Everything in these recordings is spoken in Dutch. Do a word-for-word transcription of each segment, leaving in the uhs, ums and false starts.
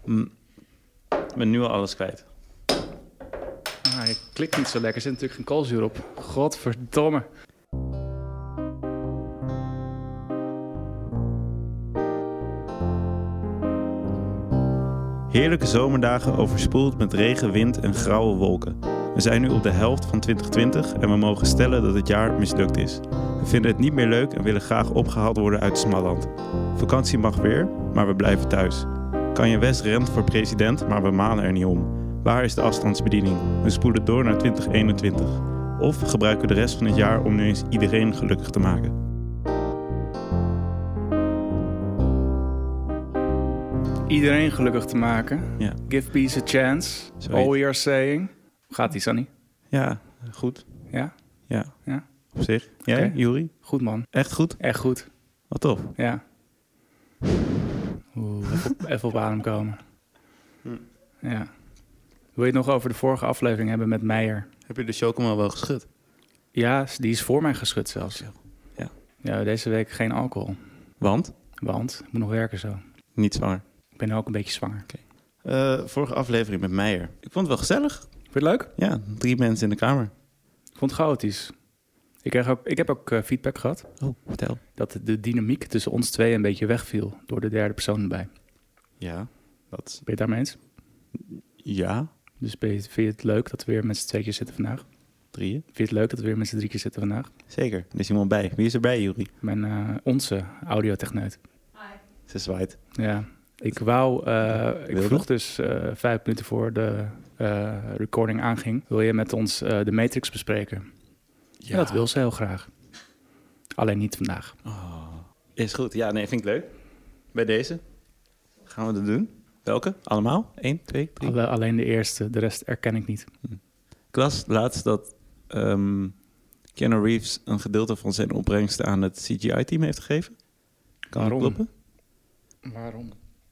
Mm. Ik ben nu al alles kwijt. Ah, je klikt niet zo lekker. Er zit natuurlijk geen koolzuur op. Godverdomme. Heerlijke zomerdagen overspoeld met regen, wind en grauwe wolken. We zijn nu op de helft van twintig twintig en we mogen stellen dat het jaar mislukt is. We vinden het niet meer leuk en willen graag opgehaald worden uit Smalland. Vakantie mag weer, maar we blijven thuis. Kanye West rent voor president, maar we malen er niet om. Waar is de afstandsbediening? We spoelen door naar twintig eenentwintig. Of gebruiken we de rest van het jaar om nu eens iedereen gelukkig te maken. Iedereen gelukkig te maken. Ja. Give peace a chance. Zo All heet. we are saying. Gaat die, Sunny? Ja, goed. Ja? Ja, Ja? op zich. Jij, Oké. Juri? Goed, man. Echt goed? Echt goed. Wat tof. Ja. Oeh, even op, even op adem komen. Hm. Ja. Wil je het nog over de vorige aflevering hebben met Meijer? Heb je de chocomel wel geschud? Ja, die is voor mij geschud zelfs. Ja. Ja, deze week geen alcohol. Want? Want ik moet nog werken zo. Niet zwanger. Ik ben ook een beetje zwanger. Uh, vorige aflevering met Meijer. Ik vond het wel gezellig. Vind je het leuk? Ja, drie mensen in de kamer. Ik vond het chaotisch. Ik, kreeg ook, ik heb ook uh, feedback gehad. Oh, vertel. Dat de dynamiek tussen ons twee een beetje wegviel door de derde persoon erbij. Ja, dat... Ben je het daarmee eens? Ja. Dus ben je, vind je het leuk dat we weer met z'n tweeën zitten vandaag? Drieën. Vind je het leuk dat we weer met z'n drieën zitten vandaag? Zeker. Er is iemand bij. Wie is er bij, Juri? Mijn, uh, onze audiotechneut. Ze zwaait. Ja. Ik wou... Uh, ik Wilde? vroeg dus uh, vijf minuten voor de uh, recording aanging. Wil je met ons uh, de Matrix bespreken? Ja. En dat wil ze heel graag. Alleen niet vandaag. Oh, is goed. Ja, nee, vind ik leuk. Bij deze. Gaan we dat doen? Welke? Allemaal? Eén, twee, drie? Alle, alleen de eerste. De rest erken ik niet. Hm. Ik las laatst dat um, Keanu Reeves een gedeelte van zijn opbrengsten aan het C G I-team heeft gegeven. Kan Waarom? dat kloppen? Waarom?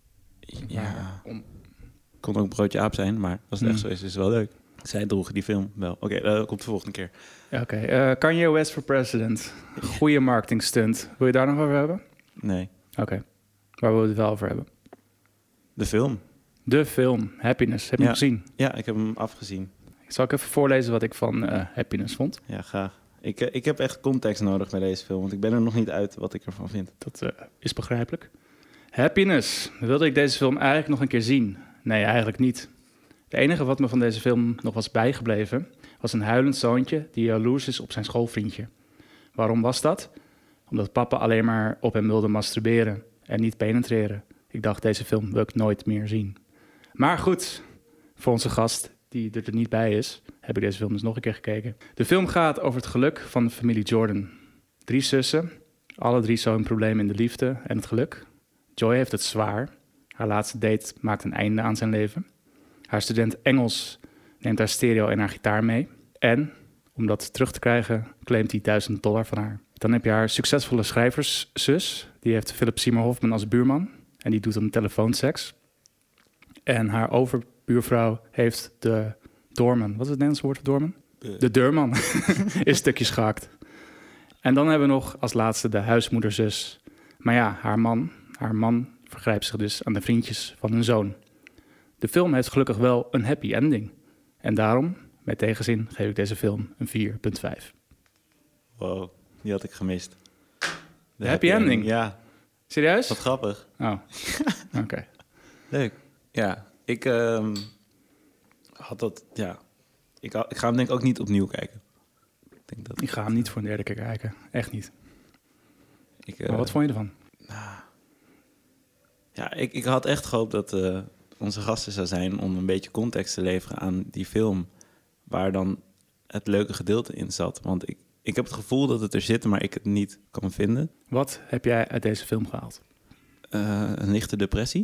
Ja. Waarom? Kon ook een broodje aap zijn, maar als het Hm. echt zo is, is het wel leuk. Zij droegen die film wel. Oké, okay, dat komt de volgende keer. Ja, Oké, okay. uh, Kanye West voor president. Goeie marketing stunt. Wil je daar nog over hebben? Nee. Oké, okay. Waar wil je het wel over hebben? De film. De film, Happiness. Heb je Ja. hem gezien? Ja, ik heb hem afgezien. Zal ik even voorlezen wat ik van uh, Happiness vond? Ja, graag. Ik, uh, ik heb echt context nodig bij deze film, want ik ben er nog niet uit wat ik ervan vind. Dat uh, is begrijpelijk. Happiness. Wilde ik deze film eigenlijk nog een keer zien? Nee, eigenlijk niet. Het enige wat me van deze film nog was bijgebleven was een huilend zoontje die jaloers is op zijn schoolvriendje. Waarom was dat? Omdat papa alleen maar op hem wilde masturberen en niet penetreren. Ik dacht, deze film wil ik nooit meer zien. Maar goed, voor onze gast die er niet bij is, heb ik deze film dus nog een keer gekeken. De film gaat over het geluk van de familie Jordan. Drie zussen, alle drie zo'n probleem in de liefde en het geluk. Joy heeft het zwaar. Haar laatste date maakt een einde aan zijn leven. Haar student Engels neemt haar stereo en haar gitaar mee. En, om dat terug te krijgen, claimt hij duizend dollar van haar. Dan heb je haar succesvolle schrijverszus. Die heeft Philip Seymour Hoffman als buurman. En die doet hem telefoonseks. En haar overbuurvrouw heeft de doorman. Wat is het Nederlands woord voor doorman? Uh. De deurman. Is stukjes gehakt. En dan hebben we nog als laatste de huismoederzus. Maar ja, haar man, haar man vergrijpt zich dus aan de vriendjes van hun zoon. De film heeft gelukkig wel een happy ending. En daarom, met tegenzin, geef ik deze film een vier komma vijf. Wow, die had ik gemist. De, De happy ending? Ja. Serieus? Wat grappig. Oh, oké. Okay. Leuk. Ja, ik um, had dat, ja. Ik, ik ga hem denk ik ook niet opnieuw kijken. Ik, denk dat ik ga hem niet voor een derde keer kijken. Echt niet. Ik, uh, maar wat vond je ervan? Nou, ja, ik, ik had echt gehoopt dat uh, onze gasten zou zijn om een beetje context te leveren aan die film, waar dan het leuke gedeelte in zat. Want ik, ik heb het gevoel dat het er zit, maar ik het niet kan vinden. Wat heb jij uit deze film gehaald? Uh, een lichte depressie.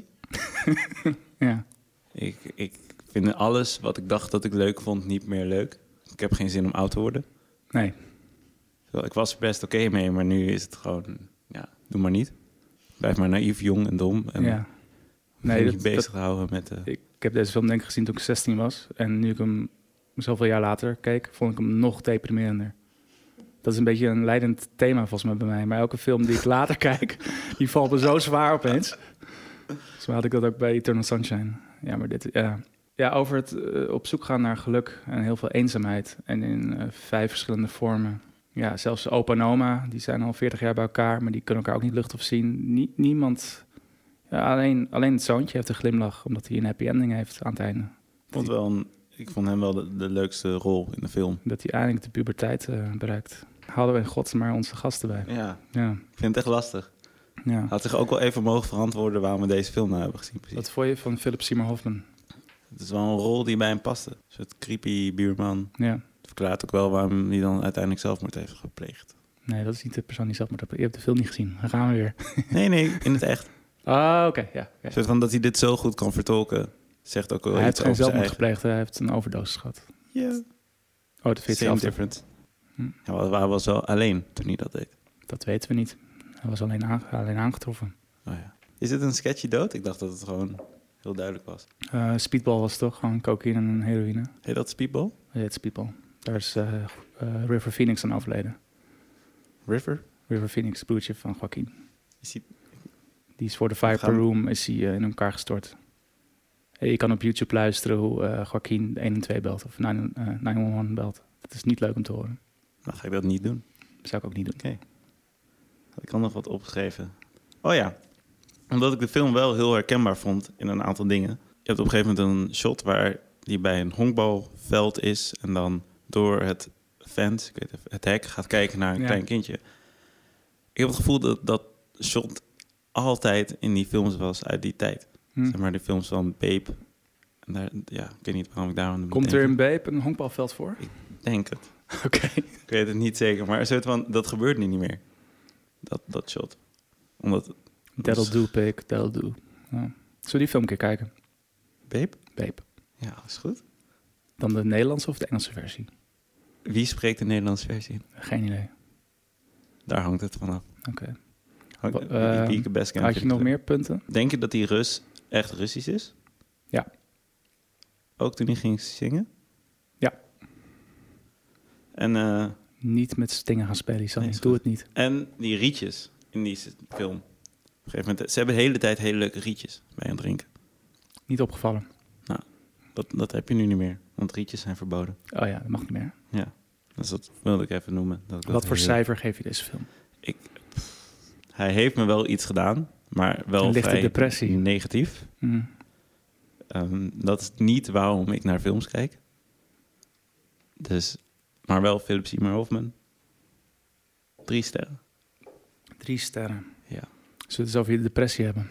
Ja. Ik, ik vind alles wat ik dacht dat ik leuk vond niet meer leuk. Ik heb geen zin om oud te worden. Nee. Ik was er best oké okay mee, maar nu is het gewoon, ja, doe maar niet. Blijf maar naïef, jong en dom. En ja. Nee, dat, je bezig dat, te houden met... Uh... Ik heb deze film denk ik gezien toen ik zestien was. En nu ik hem zoveel jaar later keek, vond ik hem nog deprimerender. Dat is een beetje een leidend thema volgens mij bij mij. Maar elke film die ik later kijk, die valt me zo zwaar opeens. Zo had ik dat ook bij Eternal Sunshine. Ja, maar dit... Ja, ja over het uh, op zoek gaan naar geluk en heel veel eenzaamheid. En in uh, vijf verschillende vormen. Ja, zelfs opa en oma, die zijn al veertig jaar bij elkaar... maar die kunnen elkaar ook niet luchtig zien. Nie, niemand... Ja, alleen, alleen het zoontje heeft een glimlach... omdat hij een happy ending heeft aan het einde. Ik vond, wel een, ik vond hem wel de, de leukste rol in de film. Dat hij eindelijk de puberteit uh, bereikt. Hadden we in godsnaam onze gasten bij. Ja, ja, ik vind het echt lastig. Ja. Had zich ook wel even mogen verantwoorden waarom we deze film nou hebben gezien. Precies. Wat vond je van Philip Seymour Hoffman? Het is wel een rol die bij hem paste. Een soort creepy buurman. Ja. Het verklaart ook wel waarom hij dan uiteindelijk zelfmoord heeft gepleegd. Nee, dat is niet de persoon die zelfmoord heeft. Je hebt de film niet gezien. Dan gaan we weer. nee, nee, in het echt. Ah, oké. Okay, ja, ja. Soort van dat hij dit zo goed kan vertolken, zegt ook wel hij iets heeft geen zelfmoord eigen... gepleegd. Hij heeft een overdosis gehad. Ja. Yeah. Oh, dat vind je Same difference. Hm. Ja, hij was wel alleen toen hij dat deed. Dat weten we niet. Hij was alleen, aange- alleen aangetroffen. Oh, ja. Is dit een sketchy dood? Ik dacht dat het gewoon heel duidelijk was. Uh, speedball was toch? Gewoon cocaïne en heroïne. Heet dat Speedball? Hij heet Speedball. Daar is uh, uh, River Phoenix aan overleden. River? River Phoenix, broertje van Joaquin. Is die... die is voor de Viper Room is hij, uh, in elkaar gestort. Hey, je kan op YouTube luisteren hoe uh, Joaquin de een en twee belt. Of nine one one belt. Dat is niet leuk om te horen. Dan ga ik dat niet doen. Dat zou ik ook niet doen. Oké. Okay. Ik had nog wat opgeschreven. Oh ja. Omdat ik de film wel heel herkenbaar vond in een aantal dingen. Je hebt op een gegeven moment een shot waar die bij een honkbalveld is en dan door het fence, ik weet even, het hek, gaat kijken naar een ja. klein kindje. Ik heb het gevoel dat dat shot altijd in die films was uit die tijd. Hm. Zeg maar de films van Babe. En daar, ja, ik weet niet waarom ik daar aan Komt er in Babe een honkbalveld voor? Ik denk het. Oké. Okay. Ik weet het niet zeker, maar soort van, dat gebeurt nu niet meer. Dat, dat shot. Omdat... That'll do, pig, that'll do. Ja. Zullen we die film een keer kijken? Babe? Babe. Ja, is goed. Dan de Nederlandse of de Engelse versie? Wie spreekt de Nederlandse versie? Geen idee. Daar hangt het vanaf. Oké. Okay. Uh, die best had je nog meer punten? Denk je dat die Rus echt Russisch is? Ja. Ook toen hij ging zingen? Ja. En... Uh, niet met stingen gaan spelen, Sanne. Nee, doe het niet. En die rietjes in die film. Op een gegeven moment, ze hebben de hele tijd hele leuke rietjes bij aan drinken. Niet opgevallen. Nou, dat, dat heb je nu niet meer, want rietjes zijn verboden. Oh ja, dat mag niet meer. Ja, dus dat wilde ik even noemen. Dat ik Wat voor cijfer geef je deze film? Ik, hij heeft me wel iets gedaan, maar wel vrij depressie. negatief. Mm. Um, dat is niet waarom ik naar films kijk. Dus, maar wel Philip Seymour Hoffman. Drie sterren. Drie sterren. Ja. Zullen we het eens over je depressie hebben?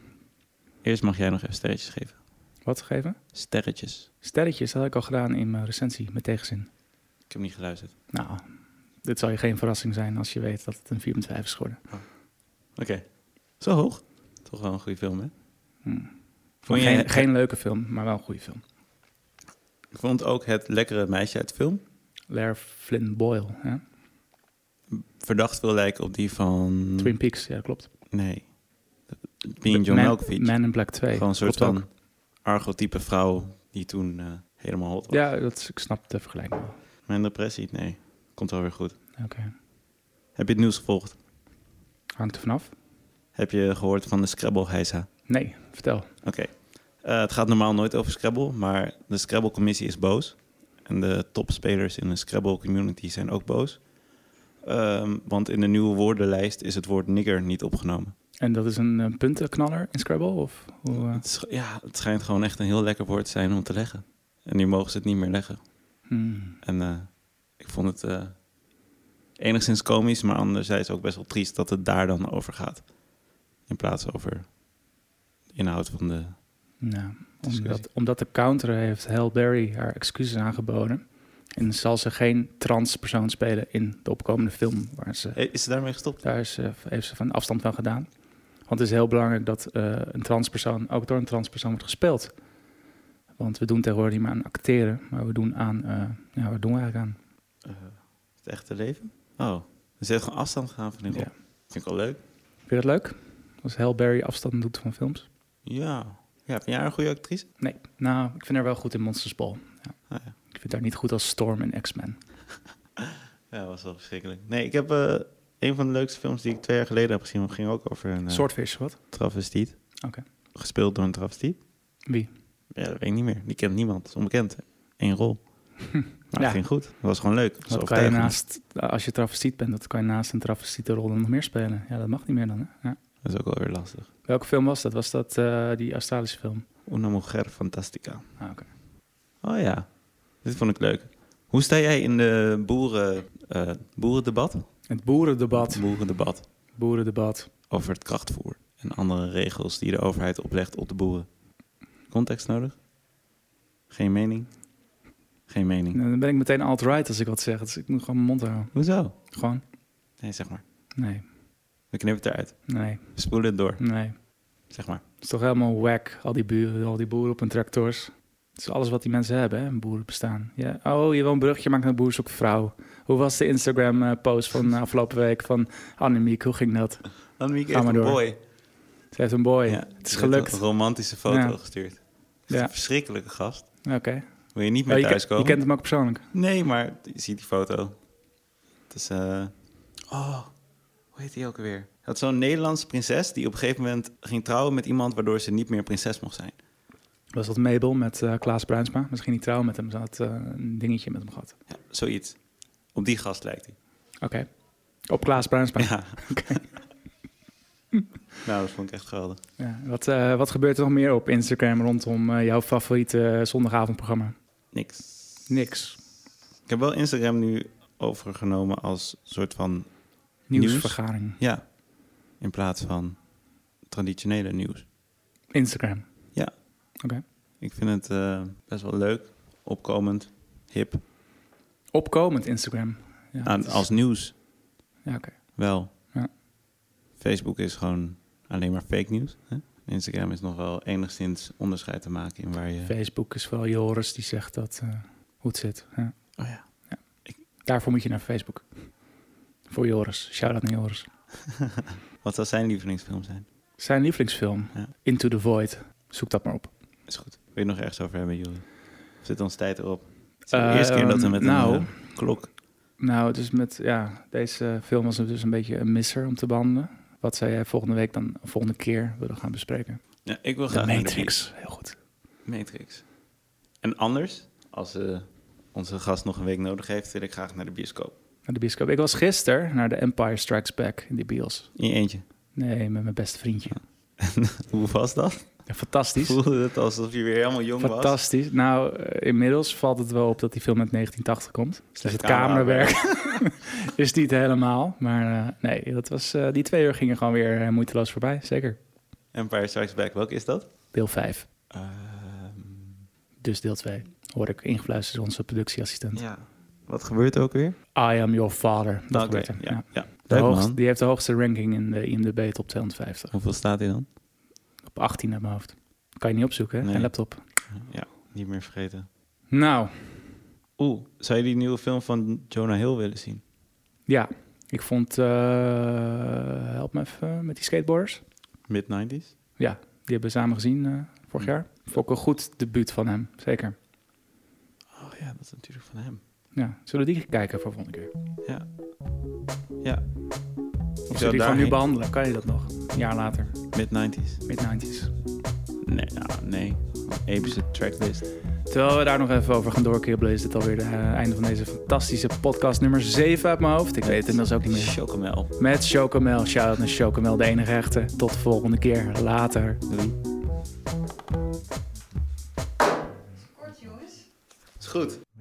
Eerst mag jij nog even sterretjes geven. Wat geven? Sterretjes. Sterretjes, dat had ik al gedaan in mijn recensie, met tegenzin. Ik heb niet geluisterd. Nou, dit zal je geen verrassing zijn als je weet dat het een vier komma vijf is geworden. Oh. Oké. Okay. Zo hoog? Toch wel een goede film, hè? Hmm. Vond je geen, het... geen leuke film, maar wel een goede film. Ik vond ook het lekkere meisje uit de film. Lara Flynn Boyle, hè? Verdacht wil lijken op die van... Twin Peaks, ja, klopt. Nee. Being John Malkovich. Man in Black twee. Gewoon een soort van archetype vrouw die toen uh, helemaal hot was. Ja, dat, ik snap de vergelijking wel. Mijn depressie? Nee. Komt wel weer goed. Oké. Okay. Heb je het nieuws gevolgd? Hangt er vanaf. Heb je gehoord van de Scrabble-heisa? Nee, vertel. Oké. Okay. Uh, het gaat normaal nooit over Scrabble, maar de Scrabble-commissie is boos. En de topspelers in de Scrabble-community zijn ook boos. Um, want in de nieuwe woordenlijst is het woord nigger niet opgenomen. En dat is een uh, puntenknaller in Scrabble? Of hoe, uh... het is, ja, het schijnt gewoon echt een heel lekker woord te zijn om te leggen. En nu mogen ze het niet meer leggen. Hmm. En uh, ik vond het uh, enigszins komisch, maar anderzijds ook best wel triest dat het daar dan over gaat. In plaats over de inhoud van de... Nou, omdat, omdat de counter heeft Halle Berry haar excuses aangeboden. En zal ze geen transpersoon spelen in de opkomende film. Waar ze, hey, is ze daarmee gestopt? Daar is, uh, heeft ze van afstand van gedaan. Want het is heel belangrijk dat uh, een transpersoon ook door een transpersoon wordt gespeeld. Want we doen tegenwoordig niet meer aan acteren, maar we doen aan... Uh, ja, wat doen we eigenlijk aan? Uh, het echte leven? Oh, dus je hebt gewoon afstand gaan van die rol. Ja. Vind ik wel leuk. Vind je dat leuk? Als Halle Berry afstand doet van films? Ja. Ja, vind jij haar een goede actrice? Nee, nou, ik vind haar wel goed in Monsters Ball. Ja. Ah, ja. Ik vind haar niet goed als Storm in X-Men. Ja, dat was wel verschrikkelijk. Nee, ik heb uh, een van de leukste films die ik twee jaar geleden heb gezien, ging ook over een... Uh, Swordfish, wat? Travestiet. Oké. Okay. gespeeld door een travestiet. Wie? Ja, dat weet ik niet meer. Die kent niemand. Dat is onbekend. Eén rol. Maar Ja. het ging goed. Dat was gewoon leuk. Dat was Wat kan je overtuigend. naast, als je travestiet bent, dat kan je naast een travestietenrol dan nog meer spelen. Ja, dat mag niet meer dan, hè? Ja. Dat is ook wel weer lastig. Welke film was dat? Was dat uh, die Australische film? Una mujer fantastica. Ah, oké. Oh ja, dit vond ik leuk. Hoe sta jij in de boeren, uh, boerendebat? Het boerendebat. Boerendebat. Boerendebat. Over het krachtvoer en andere regels die de overheid oplegt op de boeren. Context nodig? Geen mening? Geen mening. Nou, dan ben ik meteen alt-right als ik wat zeg. Dus ik moet gewoon mijn mond houden. Hoezo? Gewoon. Nee, zeg maar. Nee. We knippen het eruit. Nee. We spoelen het door. Nee. Zeg maar. Het is toch helemaal wack, al die, buren, al die boeren op hun tractors. Het is alles wat die mensen hebben, hè, een boerenbestaan. Ja. Oh, je wil een brugje maken naar boer zoekt vrouw. Hoe was de Instagram-post van de afgelopen week van Annemiek? Hoe ging dat? Annemiek Ga heeft maar een door. boy. Ze heeft een boy. Ja, Het is ze heeft gelukt. Een romantische foto Ja. gestuurd. Het is Ja. een verschrikkelijke gast. Oké. Okay. Wil je niet Oh, meer je, ken- thuiskomen? je kent hem ook persoonlijk? Nee, maar je ziet die foto. Het is... eh Oh, hoe heet die ook alweer? Dat is zo'n Nederlandse prinses die op een gegeven moment ging trouwen met iemand waardoor ze niet meer prinses mocht zijn. Was dat Mabel met uh, Klaas Bruinsma? Misschien niet trouwen met hem. Ze had uh, een dingetje met hem gehad. Ja, zoiets. Op die gast lijkt hij. Oké. Okay. Op Klaas Bruinsma? Ja. Okay. Nou, dat vond ik echt geweldig. Ja, wat, uh, wat gebeurt er nog meer op Instagram rondom uh, jouw favoriete uh, zondagavondprogramma? Niks. Niks. Ik heb wel Instagram nu overgenomen als soort van Nieuwsvergaring. Nieuws. Ja. In plaats van traditionele nieuws. Instagram? Ja. Oké. Okay. Ik vind het uh, best wel leuk. Opkomend. Hip. Opkomend Instagram? Ja, Aan, is... Als nieuws. Ja, oké. Okay. Wel. Ja. Facebook is gewoon alleen maar fake nieuws. Hè? Instagram is nog wel enigszins onderscheid te maken in waar je... Facebook is wel Joris die zegt dat uh, hoe het zit. Ja. Oh ja. Ja. Ik... Daarvoor moet je naar Facebook. Voor Joris. Shout-out naar Joris. Wat zou zijn lievelingsfilm zijn? Zijn lievelingsfilm? Ja. Into the Void. Zoek dat maar op. Is goed. Wil je nog ergens over hebben, Jullie? Zit ons tijd erop? Het is de uh, eerste keer dat we met nou, een uh, klok... Nou, dus met, ja, deze film was dus een beetje een misser om te behandelen. Wat zou jij volgende week dan, volgende keer willen gaan bespreken? Ja, ik wil de graag Matrix. Heel goed. Matrix. En anders, als uh, onze gast nog een week nodig heeft, wil ik graag naar de bioscoop. Naar de bioscoop. Ik was gisteren naar de Empire Strikes Back in de bios. In je eentje? Nee, met mijn beste vriendje. Ja. Hoe was dat? Ja, fantastisch. Voelde het alsof je weer helemaal jong fantastisch. was? Fantastisch. Nou, uh, inmiddels valt het wel op dat die film uit negentien tachtig komt. Dus het camerawerk is niet helemaal. Maar uh, nee, dat was, uh, die twee uur gingen gewoon weer uh, moeiteloos voorbij. Zeker. Empire Strikes Back, welke is dat? Deel vijf. Uh, dus deel twee. Hoor ik ingefluisterd door onze productieassistent. Ja. Wat gebeurt er ook weer? I am your father. Dat okay, gebeurt er. Ja, ja. ja. De hoogste, die heeft de hoogste ranking in de I M D B top tweehonderdvijftig. Hoeveel staat hij dan? Op achttien uit mijn hoofd. Kan je niet opzoeken, hè? Nee. Geen laptop. Ja, niet meer vergeten. Nou. Oeh, zou je die nieuwe film van Jonah Hill willen zien? Ja, ik vond... Uh, help me even met die skateboarders. mid nineties? Ja, die hebben we samen gezien uh, vorig jaar. Vond ik een goed debuut van hem, zeker. Oh ja, dat is natuurlijk van hem. Ja, zullen we die kijken voor volgende keer? Ja. Ja. Of zullen die gewoon nu behandelen? Kan je dat nog? Een jaar later. mid nineties? mid nineties. Nee, nou, nee. Epische tracklist. Terwijl we daar nog even over gaan doorkibbelen, is dit alweer het uh, einde van deze fantastische podcast nummer zeven uit mijn hoofd. Ik weet het inmiddels ook niet meer. Chocomel. Met Chocomel. Shout-out naar Chocomel, de enige echte. Tot de volgende keer. Later. Doei. Kort, jongens. Is goed.